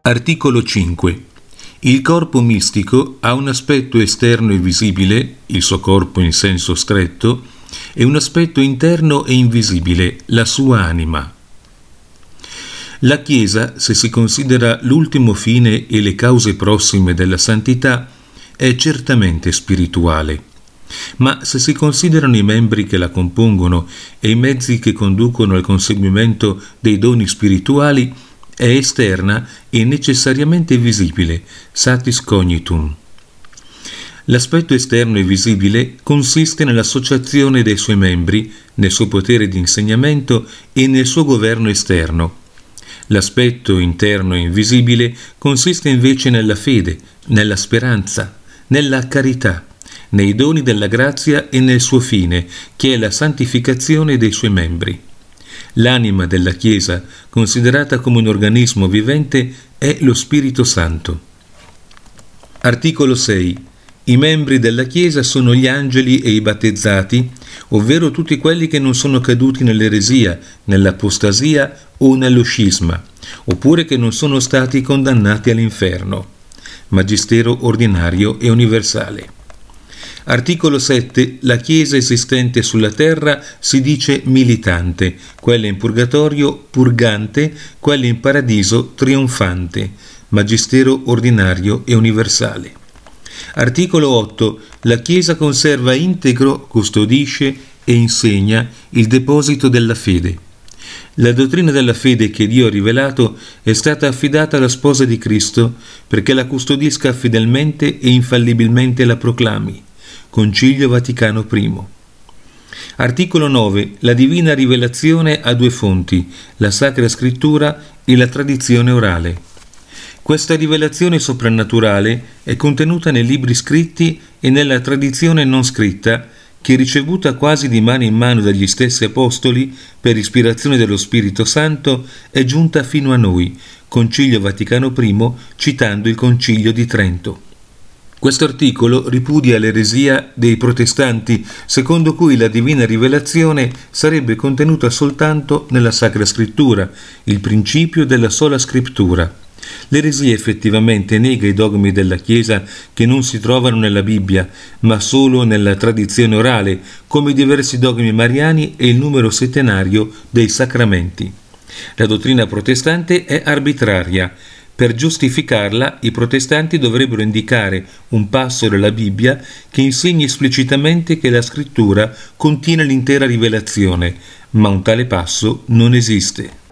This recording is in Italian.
Articolo 5. Il corpo mistico ha un aspetto esterno e visibile, il suo corpo in senso stretto, e un aspetto interno e invisibile, la sua anima. La Chiesa, se si considera l'ultimo fine e le cause prossime della santità, è certamente spirituale. Ma se si considerano i membri che la compongono e i mezzi che conducono al conseguimento dei doni spirituali, è esterna e necessariamente visibile, satis cognitum. L'aspetto esterno e visibile consiste nell'associazione dei suoi membri, nel suo potere di insegnamento e nel suo governo esterno. L'aspetto interno e invisibile consiste invece nella fede, nella speranza, nella carità, nei doni della grazia e nel suo fine, che è la santificazione dei suoi membri. L'anima della Chiesa, considerata come un organismo vivente, è lo Spirito Santo. Articolo 6. I membri della Chiesa sono gli angeli e i battezzati, ovvero tutti quelli che non sono caduti nell'eresia, nell'apostasia o nello scisma, oppure che non sono stati condannati all'inferno. Magistero ordinario e universale. Articolo 7. La Chiesa esistente sulla terra si dice militante, quella in purgatorio purgante, quella in paradiso trionfante. Magistero ordinario e universale. Articolo 8. La Chiesa conserva integro, custodisce e insegna il deposito della fede. La dottrina della fede che Dio ha rivelato è stata affidata alla sposa di Cristo perché la custodisca fedelmente e infallibilmente la proclami. Concilio Vaticano I. Articolo 9. La divina rivelazione ha due fonti, la Sacra Scrittura e la tradizione orale. Questa rivelazione soprannaturale è contenuta nei libri scritti e nella tradizione non scritta, che ricevuta quasi di mano in mano dagli stessi apostoli per ispirazione dello Spirito Santo è giunta fino a noi, Concilio Vaticano I, citando il Concilio di Trento. Questo articolo ripudia l'eresia dei protestanti, secondo cui la divina rivelazione sarebbe contenuta soltanto nella Sacra Scrittura, il principio della sola Scrittura. L'eresia effettivamente nega i dogmi della Chiesa che non si trovano nella Bibbia, ma solo nella tradizione orale, come i diversi dogmi mariani e il numero settenario dei sacramenti. La dottrina protestante è arbitraria. Per giustificarla, i protestanti dovrebbero indicare un passo della Bibbia che insegni esplicitamente che la Scrittura contiene l'intera rivelazione, ma un tale passo non esiste.